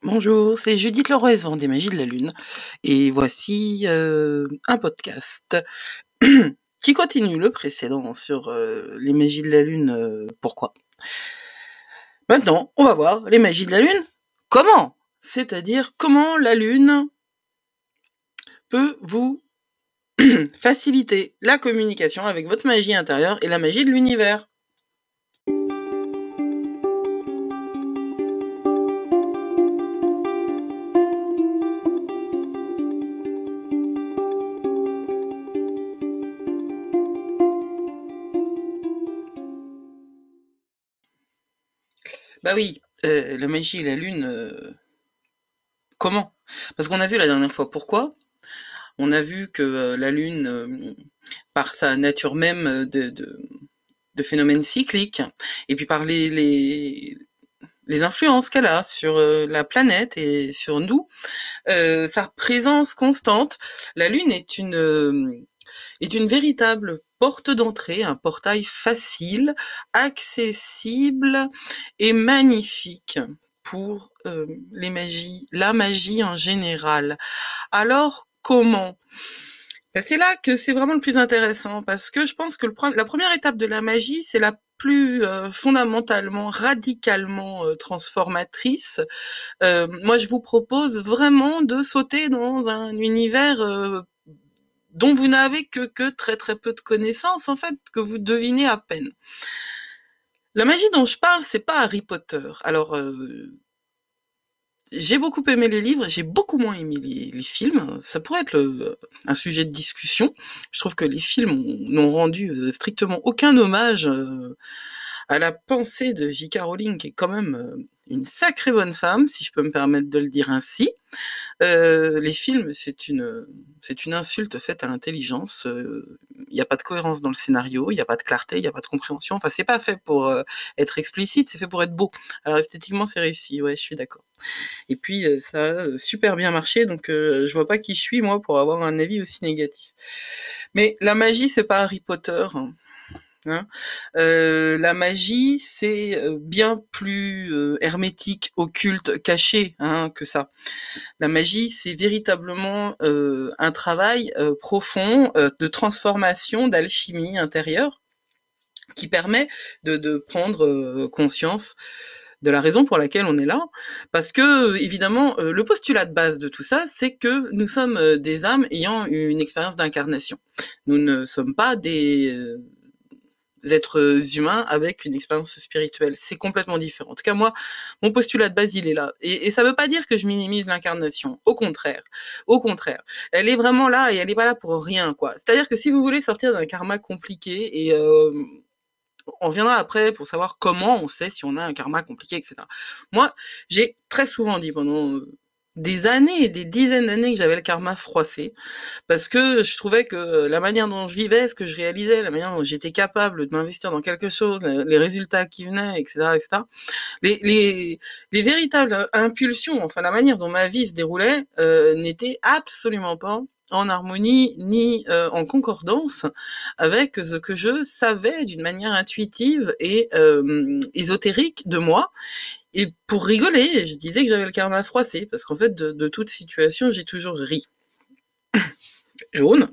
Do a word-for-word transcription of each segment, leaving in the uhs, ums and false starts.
Bonjour, c'est Judith Leroysan des Magies de la Lune et voici, heu, un podcast qui continue le précédent sur, heu, les magies de la Lune, heu, pourquoi. Maintenant, on va voir les magies de la Lune, comment? C'est-à-dire comment la Lune peut vous faciliter la communication avec votre magie intérieure et la magie de l'univers. Bah oui, heu, la magie et la Lune, heu, comment? Parce qu'on a vu la dernière fois pourquoi. On a vu que euh, la Lune, euh, par sa nature même euh, de, de, de phénomène cyclique, et puis par les, les, les influences qu'elle a sur euh, la planète et sur nous, euh, sa présence constante, la Lune est une, euh, est une véritable porte d'entrée, un portail facile, accessible et magnifique pour euh, les magies, la magie en général. Alors, comment? Ben, c'est là que c'est vraiment le plus intéressant, parce que je pense que le, la première étape de la magie, c'est la plus euh, fondamentalement, radicalement euh, transformatrice. Euh, moi, je vous propose vraiment de sauter dans un univers euh, dont vous n'avez que, que très très peu de connaissances, en fait, que vous devinez à peine. La magie dont je parle, c'est pas Harry Potter. Alors, euh, j'ai beaucoup aimé les livres, j'ai beaucoup moins aimé les, les films. Ça pourrait être le, un sujet de discussion. Je trouve que les films n'ont rendu euh, strictement aucun hommage euh, à la pensée de J K. Rowling, qui est quand même euh, une sacrée bonne femme, si je peux me permettre de le dire ainsi. Euh, les films, c'est une, c'est une insulte faite à l'intelligence. Il euh, n'y a pas de cohérence dans le scénario, il n'y a pas de clarté, il n'y a pas de compréhension. Enfin, c'est pas fait pour euh, être explicite, c'est fait pour être beau. Alors esthétiquement, c'est réussi, ouais, je suis d'accord. Et puis, euh, ça a super bien marché, donc euh, je vois pas qui je suis, moi, pour avoir un avis aussi négatif. Mais la magie, c'est pas Harry Potter. Hein. Euh, la magie, c'est bien plus euh, hermétique, occulte, caché hein, que ça. La magie, c'est véritablement euh, un travail euh, profond euh, de transformation, d'alchimie intérieure qui permet de, de prendre euh, conscience de la raison pour laquelle on est là, parce que évidemment euh, le postulat de base de tout ça, c'est que nous sommes euh, des âmes ayant une expérience d'incarnation. Nous ne sommes pas des euh, êtres humains avec une expérience spirituelle. C'est complètement différent. En tout cas, moi, mon postulat de base, il est là. Et, et ça ne veut pas dire que je minimise l'incarnation. Au contraire. Au contraire. Elle est vraiment là et elle n'est pas là pour rien, quoi. C'est-à-dire que si vous voulez sortir d'un karma compliqué et euh, on reviendra après pour savoir comment on sait si on a un karma compliqué, et cetera. Moi, j'ai très souvent dit pendant des années, des dizaines d'années que j'avais le karma froissé, parce que je trouvais que la manière dont je vivais, ce que je réalisais, la manière dont j'étais capable de m'investir dans quelque chose, les résultats qui venaient, et cetera, et cetera, les, les, les véritables impulsions, enfin la manière dont ma vie se déroulait, euh, n'était absolument pas en harmonie ni euh, en concordance avec ce que je savais d'une manière intuitive et euh, ésotérique de moi. Et pour rigoler, je disais que j'avais le karma froissé, parce qu'en fait, de, de toute situation, j'ai toujours ri. Jaune.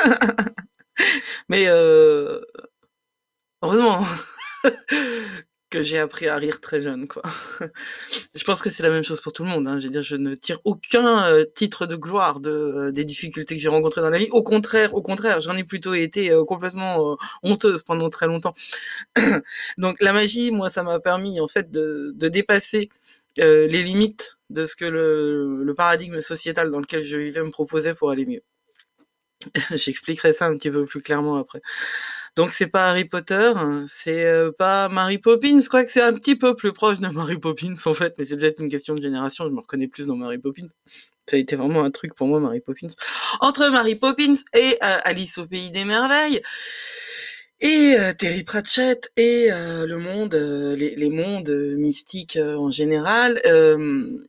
Mais euh, heureusement que j'ai appris à rire très jeune, quoi. Je pense que c'est la même chose pour tout le monde. Hein. Je veux dire, je ne tire aucun euh, titre de gloire de, euh, des difficultés que j'ai rencontrées dans la vie. Au contraire, au contraire, j'en ai plutôt été euh, complètement euh, honteuse pendant très longtemps. Donc la magie, moi, ça m'a permis en fait de, de dépasser euh, les limites de ce que le, le paradigme sociétal dans lequel je vivais me proposait pour aller mieux. J'expliquerai ça un petit peu plus clairement après. Donc c'est pas Harry Potter, c'est euh, pas Mary Poppins, quoique c'est un petit peu plus proche de Mary Poppins en fait, mais c'est peut-être une question de génération, je me reconnais plus dans Mary Poppins. Ça a été vraiment un truc pour moi, Mary Poppins. Entre Mary Poppins et euh, Alice au Pays des Merveilles, et euh, Terry Pratchett, et euh, le monde, euh, les, les mondes mystiques euh, en général, euh,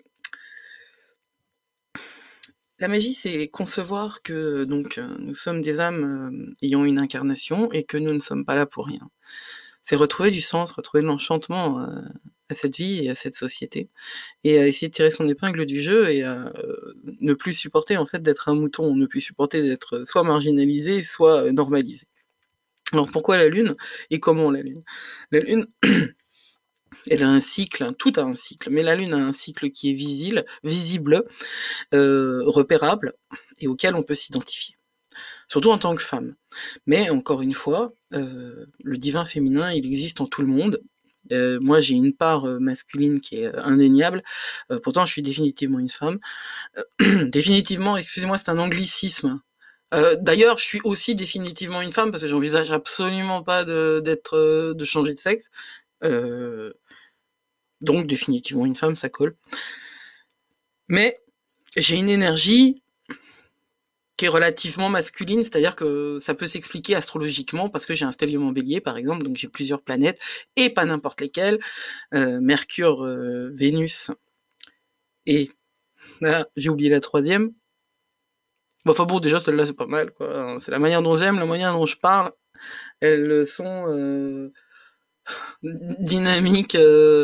la magie, c'est concevoir que donc nous sommes des âmes euh, ayant une incarnation et que nous ne sommes pas là pour rien. c'est retrouver du sens, retrouver de l'enchantement euh, à cette vie et à cette société, et à essayer de tirer son épingle du jeu et à euh, ne plus supporter en fait d'être un mouton, ne plus supporter d'être soit marginalisé, soit euh, normalisé. Alors pourquoi la Lune et comment la Lune? La Lune, elle a un cycle, hein, tout a un cycle, mais la Lune a un cycle qui est visible, visible, euh, repérable et auquel on peut s'identifier. Surtout en tant que femme. Mais encore une fois, euh, le divin féminin, il existe en tout le monde. Euh, moi, j'ai une part euh, masculine qui est indéniable. Euh, pourtant, je suis définitivement une femme. Euh, définitivement, excusez-moi, c'est un anglicisme. Euh, D'ailleurs, je suis aussi définitivement une femme parce que j'envisage absolument pas de, d'être, euh, de changer de sexe. Euh, donc, définitivement une femme, ça colle. Mais j'ai une énergie qui est relativement masculine, c'est-à-dire que ça peut s'expliquer astrologiquement parce que j'ai un stellium en bélier, par exemple, donc j'ai plusieurs planètes, et pas n'importe lesquelles, euh, Mercure, euh, Vénus, et là, j'ai oublié la troisième. Bon, enfin bon, déjà, celle-là, c'est pas mal, quoi. C'est la manière dont j'aime, la manière dont je parle, elles sont euh, dynamiques, euh,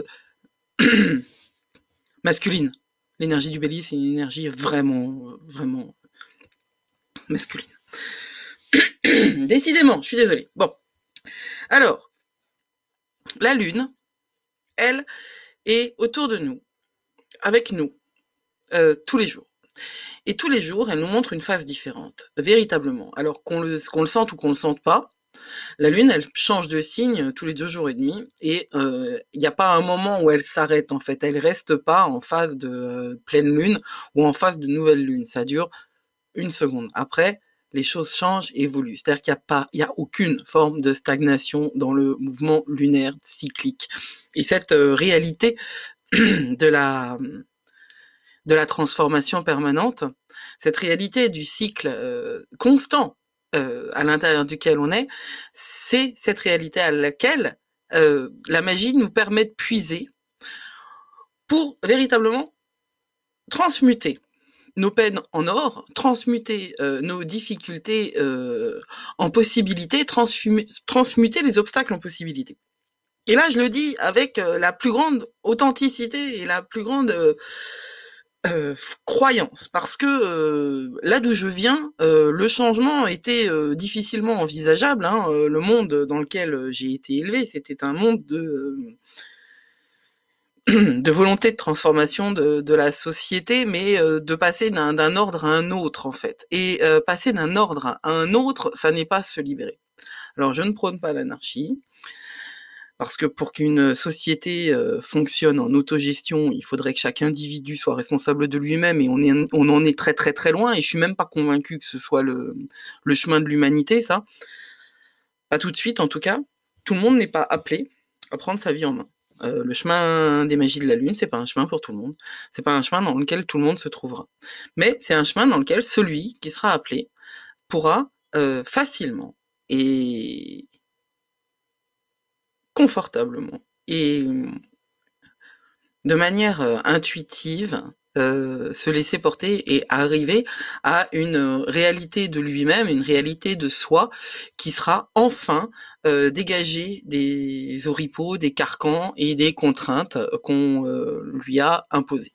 masculines. L'énergie du bélier, c'est une énergie vraiment, vraiment masculine. Décidément, je suis désolée. Bon, alors, la Lune, elle, est autour de nous, avec nous, euh, tous les jours. Et tous les jours, elle nous montre une phase différente, véritablement. Alors qu'on le, qu'on le sente ou qu'on le sente pas, la Lune, elle change de signe tous les deux jours et demi, et il euh, n'y a pas un moment où elle s'arrête, en fait. Elle reste pas en phase de euh, pleine Lune ou en phase de nouvelle Lune. Ça dure une seconde. Après, les choses changent, évoluent. C'est-à-dire qu'il n'y a pas, il y a aucune forme de stagnation dans le mouvement lunaire cyclique. Et cette euh, réalité de la de la transformation permanente, cette réalité du cycle euh, constant euh, à l'intérieur duquel on est, c'est cette réalité à laquelle euh, la magie nous permet de puiser pour véritablement transmuter nos peines en or, transmuter euh, nos difficultés euh, en possibilités, transmuter les obstacles en possibilités. Et là, je le dis avec euh, la plus grande authenticité et la plus grande euh, Euh, croyance, parce que euh, là d'où je viens, euh, le changement était euh, difficilement envisageable. Hein, euh, le monde dans lequel j'ai été élevé, c'était un monde de, euh, de volonté de transformation de, de la société, mais euh, de passer d'un, d'un ordre à un autre en fait. Et euh, passer d'un ordre à un autre, ça n'est pas se libérer. Alors je ne prône pas l'anarchie. Parce que pour qu'une société euh, fonctionne en autogestion, il faudrait que chaque individu soit responsable de lui-même, et on, est, on en est très très très loin, et je suis même pas convaincu que ce soit le, le chemin de l'humanité, ça. Pas tout de suite, en tout cas. Tout le monde n'est pas appelé à prendre sa vie en main. Euh, le chemin des magies de la Lune, c'est pas un chemin pour tout le monde. C'est pas un chemin dans lequel tout le monde se trouvera. Mais c'est un chemin dans lequel celui qui sera appelé pourra euh, facilement et confortablement et de manière euh, intuitive, euh, se laisser porter et arriver à une réalité de lui-même, une réalité de soi qui sera enfin euh, dégagée des oripeaux, des carcans et des contraintes qu'on euh, lui a imposées.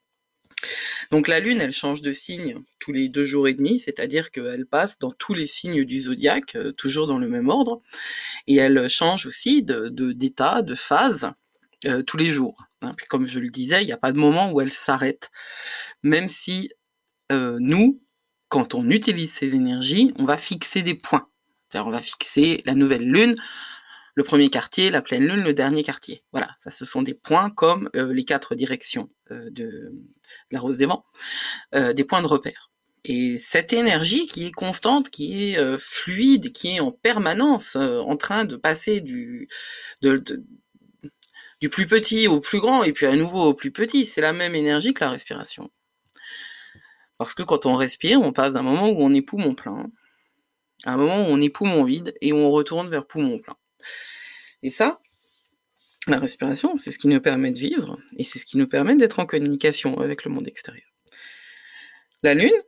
Donc la Lune, elle change de signe tous les deux jours et demi, c'est-à-dire qu'elle passe dans tous les signes du zodiaque, euh, toujours dans le même ordre, et elle change aussi de, de, d'état, de phase, euh, tous les jours. Hein. Puis comme je le disais, il n'y a pas de moment où elle s'arrête, même si euh, nous, quand on utilise ces énergies, on va fixer des points. C'est-à-dire on va fixer la nouvelle lune, le premier quartier, la pleine lune, le dernier quartier. Voilà, ça ce sont des points comme euh, les quatre directions euh, de, de la rose des vents, euh, des points de repère. Et cette énergie qui est constante, qui est euh, fluide, qui est en permanence euh, en train de passer du, de, de, du plus petit au plus grand, et puis à nouveau au plus petit, c'est la même énergie que la respiration. Parce que quand on respire, on passe d'un moment où on est poumon plein, à un moment où on est poumon vide, et où on retourne vers poumon plein. Et ça, la respiration, c'est ce qui nous permet de vivre, et c'est ce qui nous permet d'être en communication avec le monde extérieur. La Lune,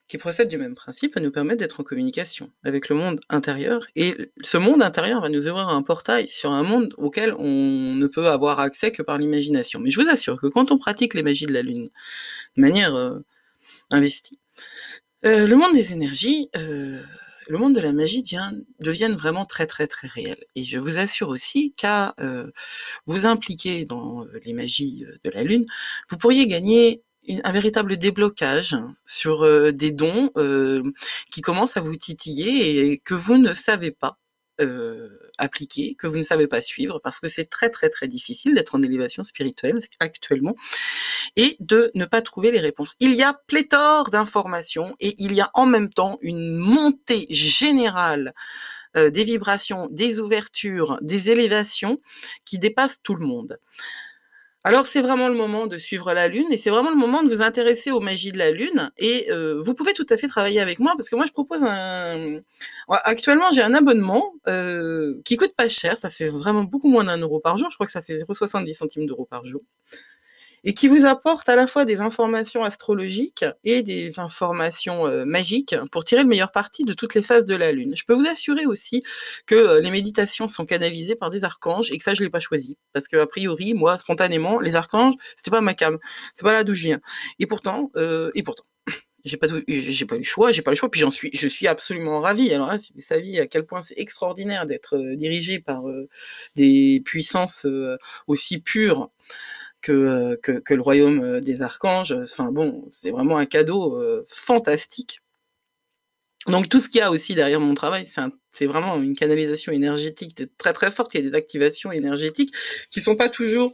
qui procède du même principe, va nous permettre d'être en communication avec le monde intérieur. Et ce monde intérieur va nous ouvrir un portail sur un monde auquel on ne peut avoir accès que par l'imagination. Mais je vous assure que quand on pratique les magies de la Lune de manière euh, investie, euh, le monde des énergies, euh, le monde de la magie devient, deviennent vraiment très très très réels. Et je vous assure aussi qu'à euh, vous impliquer dans les magies de la Lune, vous pourriez gagner une, un véritable déblocage sur euh, des dons euh, qui commencent à vous titiller et que vous ne savez pas euh, appliquer, que vous ne savez pas suivre, parce que c'est très très très difficile d'être en élévation spirituelle actuellement et de ne pas trouver les réponses. Il y a pléthore d'informations et il y a en même temps une montée générale euh, des vibrations, des ouvertures, des élévations qui dépassent tout le monde. Alors c'est vraiment le moment de suivre la Lune et c'est vraiment le moment de vous intéresser aux magies de la Lune et euh, vous pouvez tout à fait travailler avec moi parce que moi je propose un... Actuellement j'ai un abonnement euh, qui coûte pas cher, ça fait vraiment beaucoup moins d'un euro par jour, je crois que ça fait zéro virgule soixante-dix centimes d'euros par jour. Et qui vous apporte à la fois des informations astrologiques et des informations euh, magiques pour tirer le meilleur parti de toutes les phases de la Lune. Je peux vous assurer aussi que euh, les méditations sont canalisées par des archanges et que ça, je l'ai pas choisi. Parce que, a priori, moi, spontanément, les archanges, c'était pas ma came. C'est pas là d'où je viens. Et pourtant, euh, et pourtant, j'ai pas, tout, j'ai pas eu le choix, j'ai pas le choix, puis j'en suis, je suis absolument ravie. Alors là, si vous saviez à quel point c'est extraordinaire d'être euh, dirigé par euh, des puissances euh, aussi pures que, que, que le royaume des archanges. Enfin bon, c'est vraiment un cadeau euh, fantastique. Donc tout ce qu'il y a aussi derrière mon travail, c'est, un, c'est vraiment une canalisation énergétique très très forte. Il y a des activations énergétiques qui sont pas toujours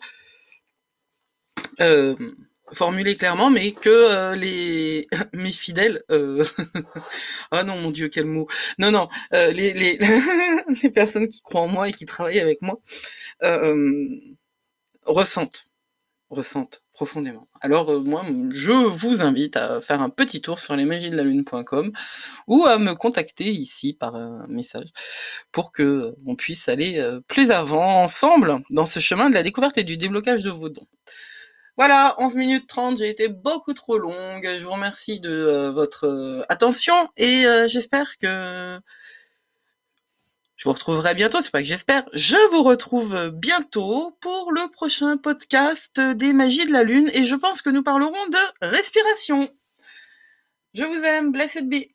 euh, formulées clairement, mais que euh, les mes fidèles, euh... ah non mon Dieu quel mot, non non, euh, les les les personnes qui croient en moi et qui travaillent avec moi euh, ressentent. ressentent profondément. Alors euh, moi, je vous invite à faire un petit tour sur lesmagiesdelalune point com ou à me contacter ici par un message pour que on puisse aller euh, plus avant ensemble dans ce chemin de la découverte et du déblocage de vos dons. Voilà, onze minutes trente, j'ai été beaucoup trop longue. Je vous remercie de euh, votre euh, attention et euh, j'espère que je vous retrouverai bientôt, c'est pas que j'espère, je vous retrouve bientôt pour le prochain podcast des magies de la Lune et je pense que nous parlerons de respiration. Je vous aime, blessed be.